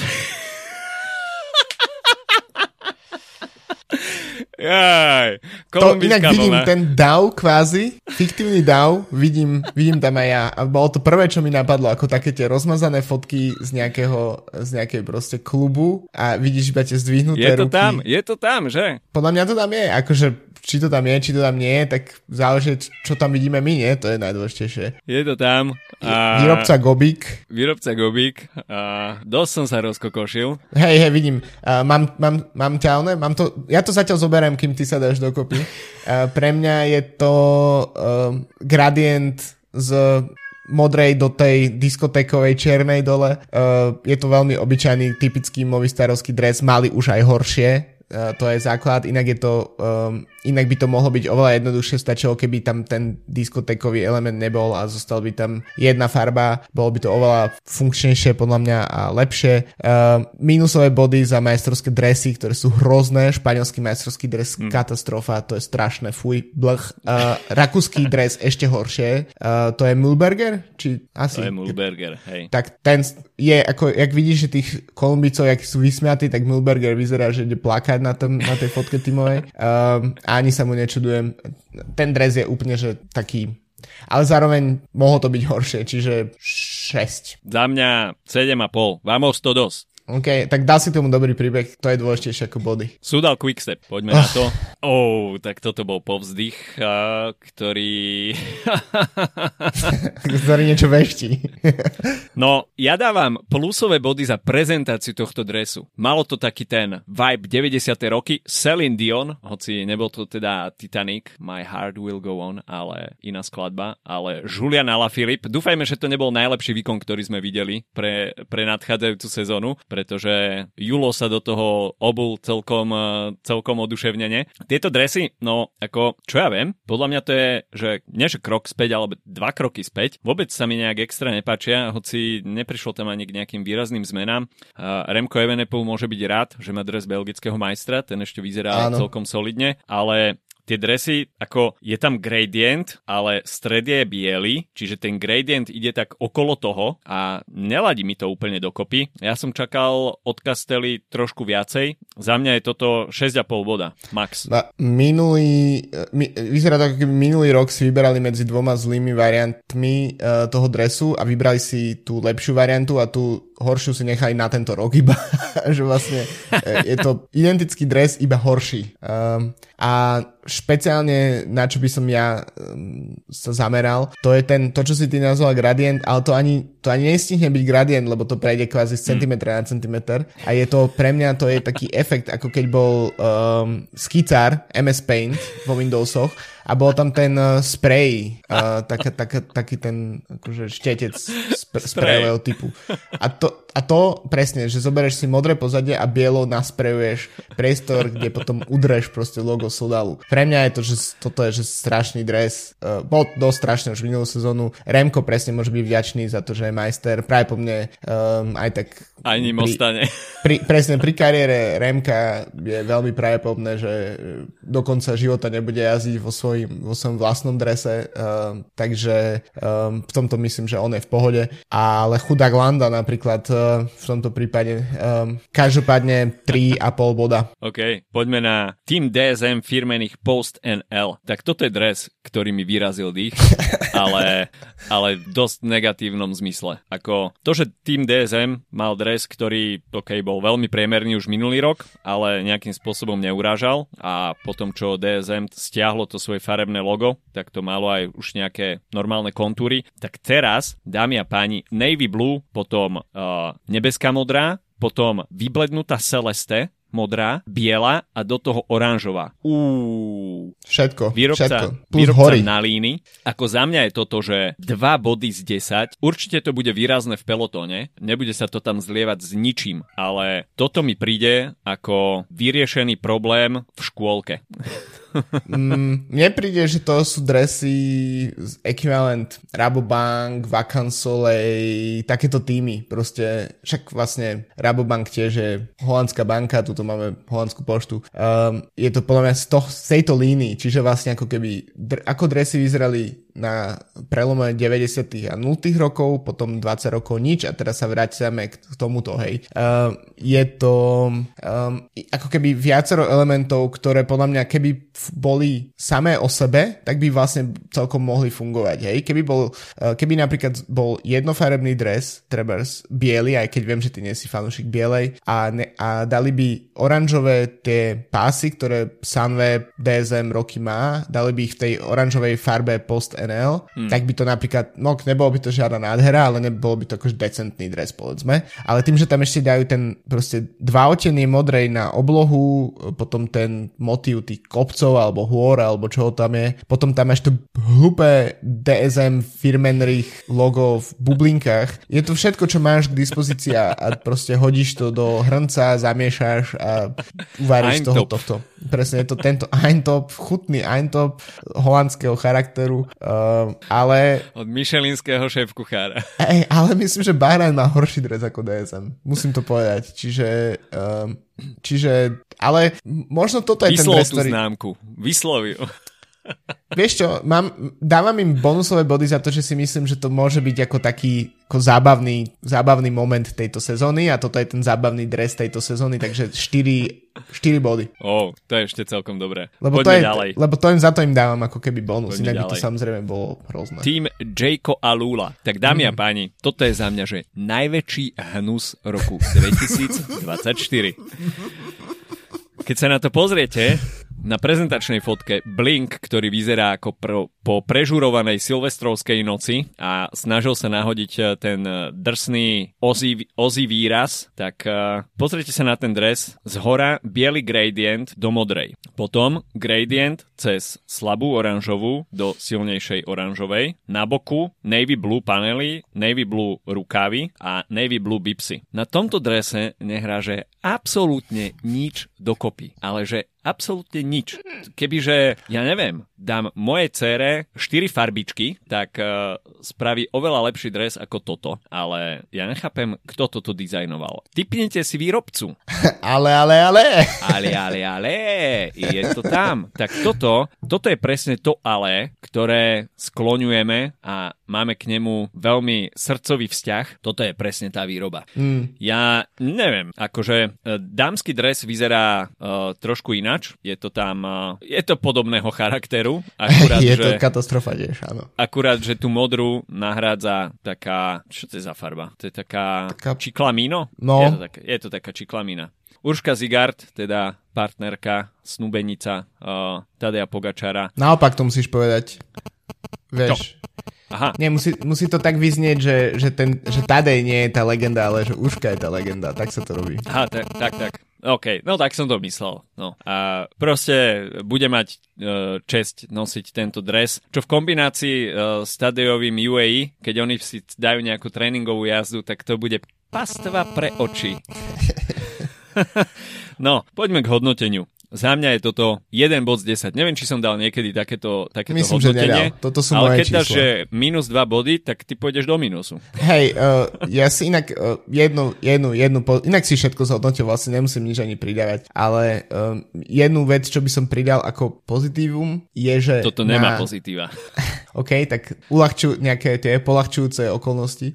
Jaj, to inak vidím ten dav kvázi, fiktívny dav, vidím tam aj ja. A bolo to prvé, čo mi napadlo, ako také tie rozmazané fotky z nejakej proste klubu a vidíš iba tie zdvihnuté ruky. Je to tam, že? Podľa mňa to tam je, akože či to tam nie, tak záleží, čo tam vidíme my, nie? To je najdôležitejšie. Je to tam. Výrobca Gobík. Dosť som sa rozkokošil. Hej, vidím. Mám ťa, ja to zatiaľ zoberiem, kým ty sa dáš dokopy. Pre mňa je to gradient z modrej do tej diskotékovej čiernej dole. Je to veľmi obyčajný, typický movistarovský dres. Mali už aj horšie to je základ, inak by to mohlo byť oveľa jednoduchšie, stačilo, keby tam ten diskotékový element nebol a zostal by tam jedna farba, bolo by to oveľa funkčnejšie podľa mňa a lepšie. Mínusové body za majstrovské dresy, ktoré sú hrozné, španielský majstrovský dres katastrofa, to je strašné, fuj, blch. Rakúsky dres ešte horšie, to je Mühlberger? Či asi? To je Mühlberger, hej. Tak ten je, ako, jak vidíš, že tých Kolumbicov, jak sú vysmiatí, tak Mühlberger vyzerá, že ide plakať na tej fotke tímovej. Ani sa mu nečudujem. Ten dres je úplne, že taký... Ale zároveň mohlo to byť horšie, čiže 6. Za mňa 7,5. Vamos todos. OK, tak dal si tomu dobrý príbeh, to je dôležitejšie ako body. Súdal Quickstep, poďme na to. Tak toto bol povzdych, ktorý... ktorý niečo veští. No, ja dávam plusové body za prezentáciu tohto dresu. Malo to taký ten vibe 90. roky. Celine Dion, hoci nebol to teda Titanic, My Heart Will Go On, ale iná skladba, ale Julian Alaphilippe. Dúfajme, že to nebol najlepší výkon, ktorý sme videli pre nadchádzajúcu sezónu, pretože Julo sa do toho obul celkom oduševnene. Tieto dresy, no ako, čo ja viem, podľa mňa to je, že nie že krok späť, alebo 2 kroky späť. Vôbec sa mi nejak extra nepáčia, hoci neprišlo tam ani k nejakým výrazným zmenám. Remco Evenepoel môže byť rád, že má dres belgického majstra, ten ešte vyzerá celkom solidne, ale tie dresy, ako je tam gradient, ale stred je biely, čiže ten gradient ide tak okolo toho a neladí mi to úplne dokopy. Ja som čakal od Castelli trošku viacej. Za mňa je toto 6,5 boda, max. Vyzerá to, ako keby minulý rok si vyberali medzi dvoma zlými variantmi toho dresu a vybrali si tú lepšiu variantu a tú horšiu si nechali na tento rok iba. Že vlastne je to identický dres, iba horší. A špeciálne, na čo by som ja sa zameral, to je to, čo si ty nazval gradient, ale to ani nestihne byť gradient, lebo to prejde kvázi z centimetra na centimeter a je to, pre mňa to je taký efekt, ako keď bol skicár MS Paint vo Windowsoch a bol tam ten spray, taký ten akože štetec sprejového typu. A to presne, že zoberieš si modré pozadie a bielo nasprejuješ priestor, kde potom udreš proste logo Sodalu. Pre mňa je to, že toto je že strašný dres. Bol dosť strašný už minulú sezónu. Remko presne môže byť vďačný za to, že je majster. Práve po mne aj tak... Aj ním ostane. Presne pri kariére Remka je veľmi pravdepodobné, že do konca života nebude jazdiť vo svojom vlastnom drese. Takže v tomto myslím, že on je v pohode. Ale chudák Landa napríklad v tomto prípade každopádne 3,5 boda. OK, poďme na Team DSM firmených Post NL. Tak toto je dres, ktorý mi vyrazil dých, ale v dosť negatívnom zmysle. Ako to, že Team DSM mal dres, ktorý bol veľmi priemerný už minulý rok, ale nejakým spôsobom neurážal a potom, čo DSM stiahlo to svoje farebné logo, tak to malo aj už nejaké normálne kontúry. Tak teraz, dámy a páni, Navy Blue, potom nebeská modrá, potom vyblednutá Celeste, modrá, biela a do toho oranžová. Všetko. Výrobca na líny. Ako za mňa je toto, že 2 body z 10. Určite to bude výrazné v pelotóne. Nebude sa to tam zlievať s ničím. Ale toto mi príde ako vyriešený problém v škôlke. Mne príde, že to sú dresy ekvivalent Rabobank, Vacansoleil, takéto týmy. Proste, však vlastne Rabobank tiež je holandská banka, tuto máme holandskú poštu. Je to podľa mňa z tejto línii, čiže vlastne ako keby, ako dresy vyzerali na prelome 90. a 0. rokov, potom 20 rokov nič a teraz sa vrátime k tomuto, hej. Je to ako keby viacero elementov, ktoré podľa mňa keby boli samé o sebe, tak by vlastne celkom mohli fungovať, hej. Keby napríklad bol jednofarebný dres, trebárs biely, aj keď viem, že ty nie si fanúšik bielej, a dali by oranžové tie pásy, ktoré Sunweb DSM roky má, dali by ich v tej oranžovej farbe Post NL, tak by to napríklad, nebolo by to žiadna nádhera, ale nebolo by to akož decentný dres, povedzme. Ale tým, že tam ešte dajú ten proste 2 odtiene modrej na oblohu, potom ten motív tých kopcov dresov, alebo hôr, alebo čo tam je. Potom tam máš to hlúpe DSM Firmenrich logo v bublinkách. Je to všetko, čo máš k dispozícii a proste hodíš to do hrnca, zamiešaš a uvaríš z toho tohto. Presne je to tento Eintop, chutný Eintop holandského charakteru, ale... Od michelinského šéfkuchára. Ale myslím, že Bahrain má horší dres ako DSM. Musím to povedať. Čiže ale možno toto je ten dres, ktorý... Vyslov tú známku. Vyslovil. Vieš čo, dávam im bonusové body za to, že si myslím, že to môže byť ako taký ako zábavný moment tejto sezóny a toto je ten zábavný dres tejto sezóny, takže 4 body. To je ešte celkom dobré. Poďme ďalej. Lebo za to im dávam ako keby bonus, Poďme inak ďalej. by to samozrejme bolo hrozné. Tým Jayko a Lula. Tak dámy a páni, toto je za mňa, že najväčší hnus roku 2024. Keď sa na to pozriete, na prezentačnej fotke Blink, ktorý vyzerá ako po prežurovanej silvestrovskej noci a snažil sa nahodiť ten drsný Ozzy výraz, tak pozrite sa na ten dres. Zhora biely gradient do modrej. Potom gradient cez slabú oranžovú do silnejšej oranžovej. Na boku navy blue panely, navy blue rukávy a navy blue bipsy. Na tomto drese nehrá, že absolútne nič dokopy, ale že absolútne nič. Kebyže, ja neviem, dám mojej dcére 4 farbičky, tak spraví oveľa lepší dres ako toto. Ale ja nechápem, kto toto dizajnoval. Tipnite si výrobcu. Ale. Je to tam. Tak toto je presne to ale, ktoré skloňujeme a máme k nemu veľmi srdcový vzťah. Toto je presne tá výroba. Ja neviem, akože dámsky dres vyzerá trošku ináč. Je to tam, je to podobného charakteru. Akurát, je to katastrofa tiež, áno. Akurát, že tú modrú nahrádza taká, čo to je za farba? To je taká čiklamíno? No. Je to taká čiklamína. Urška Zigard, teda partnerka, snúbenica Tadeja Pogačara. Naopak to musíš povedať. Vieš. Aha. Nie, musí to tak vyznieť, že Tadej nie je tá legenda, ale že Urška je tá legenda. Tak sa to robí. Aha, tak. OK, no tak som to myslel. No. A proste bude mať česť nosiť tento dres, čo v kombinácii s Tadejovým UAE, keď oni si dajú nejakú tréningovú jazdu, tak to bude pastva pre oči. No, poďme k hodnoteniu. Za mňa je toto 1 bod z 10. Neviem, či som dal niekedy takéto myslím, hodnotenie. Že toto sú ale moje keď dáš, čísla. že minus 2 body, tak ty pôjdeš do minusu. Hej, ja si inak inak si všetko zhodnotil, vlastne nemusím nič ani pridávať, ale jednu vec, čo by som pridal ako pozitívum, je, že... Toto nemá pozitíva. OK, tak nejaké tie poľahčujúce okolnosti.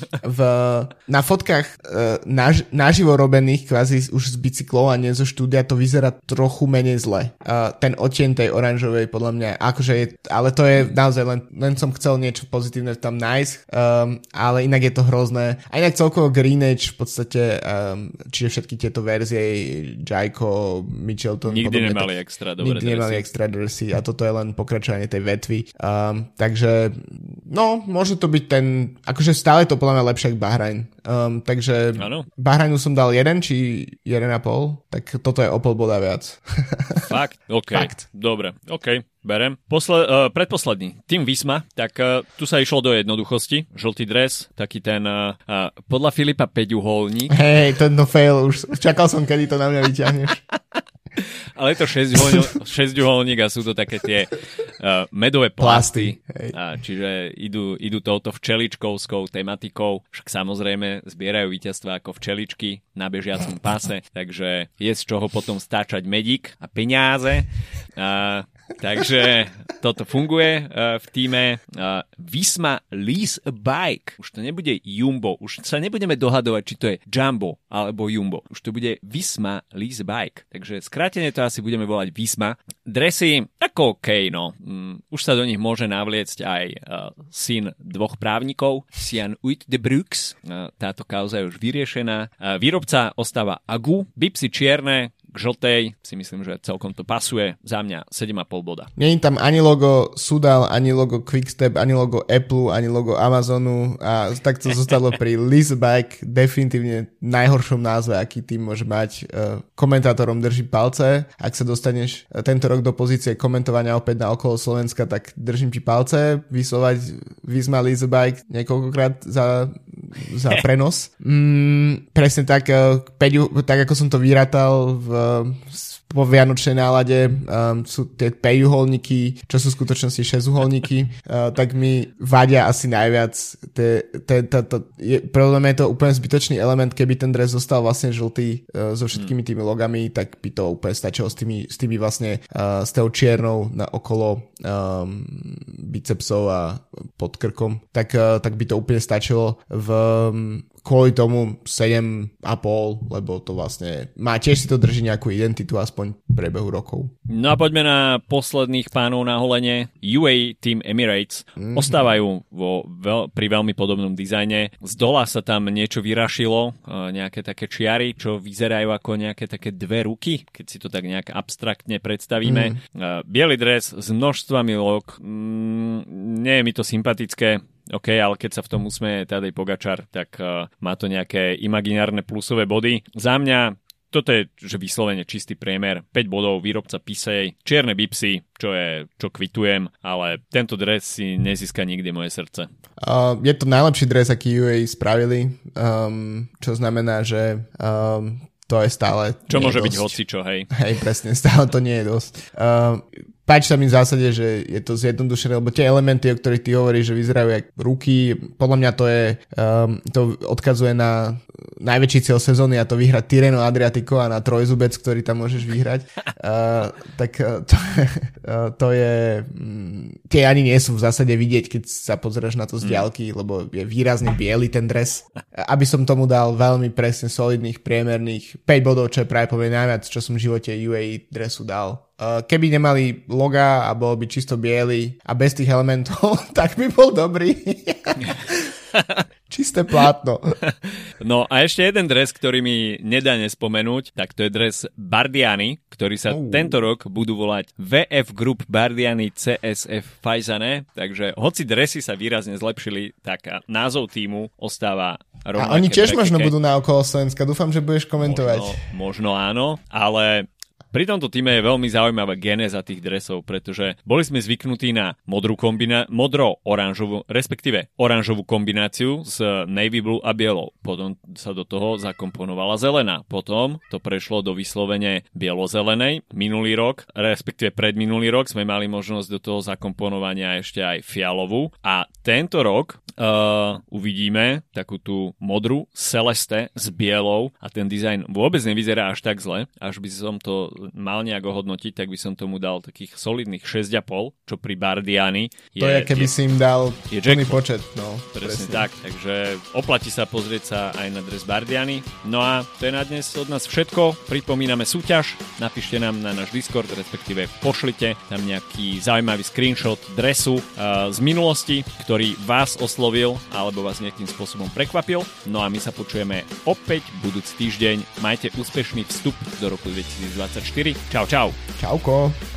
Na fotkách naživo robených kvázi už z bicyklov a nie zo štúdia to vyzerá trochu menej zle. Ten odtieň tej oranžovej podľa mňa, akože je, ale to je naozaj len som chcel niečo pozitívne tam nájsť, ale inak je to hrozné. A inak celkovo Greenage v podstate, čiže všetky tieto verzie Jayco, Mitchelton, nikdy nemali extra dobré nikdy nemali extra dresy a toto je len pokračovanie tej vetvy. Takže no, môže to byť ten, akože stále to podľa mňa lepšie ako Bahrain. Takže ano. Bahrainu som dal 1 či 1,5, tak toto je o pol boda viac. Fakt? OK. Fakt. Dobre, OK. Berem. Predposledný. Tým Visma, tak tu sa išlo do jednoduchosti. Žltý dres, taký ten podľa Filipa 5-uholník. Hej, tento fail, už čakal som, kedy to na mňa vyťahneš. Ale je to 6-uholník a sú to také tie medové plasty. Čiže idú touto včeličkovskou tematikou. Však samozrejme zbierajú víťazstva ako včeličky na bežiacom páse. Takže je z čoho potom stáčať medík a peniaze. Takže toto funguje v týme. Visma lease a bike. Už to nebude Jumbo. Už sa nebudeme dohadovať, či to je Jumbo alebo Jumbo. Už to bude Visma lease a bike. Takže skrátene to asi budeme volať Visma. Dresy, ako OK, no. Už sa do nich môže navliecť aj syn dvoch právnikov, Sian Uit de Brux. Táto kauza je už vyriešená. Výrobca ostáva Agu, bipsy čierne, k žltej, si myslím, že celkom to pasuje. Za mňa 7,5 boda. Nie je tam ani logo Sudal, ani logo Quickstep, ani logo Apple, ani logo Amazonu a tak to zostalo pri Leasebike, definitívne najhoršom názve, aký tým môže mať. Komentátorom drží palce. Ak sa dostaneš tento rok do pozície komentovania opäť na okolo Slovenska, tak držím ti palce, vyslovať Visma Leasebike niekoľkokrát za prenos. Presne tak, tak ako som to vyrátal po vianočnej nálade, sú tie 5-uholníky, čo sú v skutočnosti 6-uholníky, tak mi vadia asi najviac. Podľa mňa je to úplne zbytočný element, keby ten dres zostal vlastne žltý so všetkými tými logami, tak by to úplne stačilo s tými vlastne s tou čiernou okolo bicepsov a pod krkom, tak by to úplne stačilo. Kvôli tomu 7,5, lebo to vlastne má, tiež si to drží nejakú identitu aspoň v priebehu rokov. No a poďme na posledných pánov na holenie. UAE Team Emirates ostávajú pri veľmi podobnom dizajne. Z dola sa tam niečo vyrašilo, nejaké také čiary, čo vyzerajú ako nejaké také dve ruky, keď si to tak nejak abstraktne predstavíme. Biely dres s množstvami log, nie je mi to sympatické. OK, ale keď sa v tom usmeje Tadej Pogačar, tak má to nejaké imaginárne plusové body. Za mňa toto je že vyslovene čistý priemer. 5 bodov, výrobca Pisej, čierne bipsy, čo kvitujem, ale tento dres si nezíska nikdy moje srdce. Je to najlepší dres, aký UAE spravili, čo znamená, že to je stále... Čo môže byť hocičo, hej. Hej, presne, stále to nie je dosť. Páči sa mi v zásade, že je to zjednodušené, lebo tie elementy, o ktorých ty hovoríš, že vyzerajú jak ruky, podľa mňa to odkazuje na najväčší cieľ sezóny, a to vyhrať Tirreno Adriatico a na trojzubec, ktorý tam môžeš vyhrať. To je... Tie ani nie sú v zásade vidieť, keď sa pozrieš na to z diaľky, lebo je výrazne biely ten dres. Aby som tomu dal veľmi presne solidných, priemerných 5 bodov, čo je práve povedať najviac, čo som v živote UAE dresu dal. Keby nemali loga a bol by čisto biely a bez tých elementov, tak by bol dobrý. Čisté plátno. No a ešte jeden dres, ktorý mi nedá nespomenúť, tak to je dres Bardiani, ktorý sa tento rok budú volať VF Group Bardiani CSF Faizane, takže hoci dresy sa výrazne zlepšili, tak názov týmu ostáva rovnaké. A oni tiež možno budú na okolo Slovenska, dúfam, že budeš komentovať. Možno áno, ale... Pri tomto týme je veľmi zaujímavá genéza tých dresov, pretože boli sme zvyknutí na modro-oranžovú, respektíve oranžovú kombináciu s navy blue a bielou. Potom sa do toho zakomponovala zelená. Potom to prešlo do vyslovene bielo-zelenej. Minulý rok, respektíve predminulý rok sme mali možnosť do toho zakomponovania ešte aj fialovú. A tento rok uvidíme takú tú modrú celeste s bielou a ten dizajn vôbec nevyzerá až tak zle, až by som to mal nejak ohodnotiť, tak by som tomu dal takých solidných 6,5, čo pri Bardiani je... To je, keby si im dal plný počet. No, presne tak, takže oplatí sa pozrieť sa aj na dres Bardiani. No a to je na dnes od nás všetko. Pripomíname súťaž, napíšte nám na náš Discord, respektíve pošlite tam nejaký zaujímavý screenshot dresu z minulosti, ktorý vás oslovil alebo vás nejakým spôsobom prekvapil. No a my sa počujeme opäť budúci týždeň. Majte úspešný vstup do roku 2024. Čau, čau. Čauko.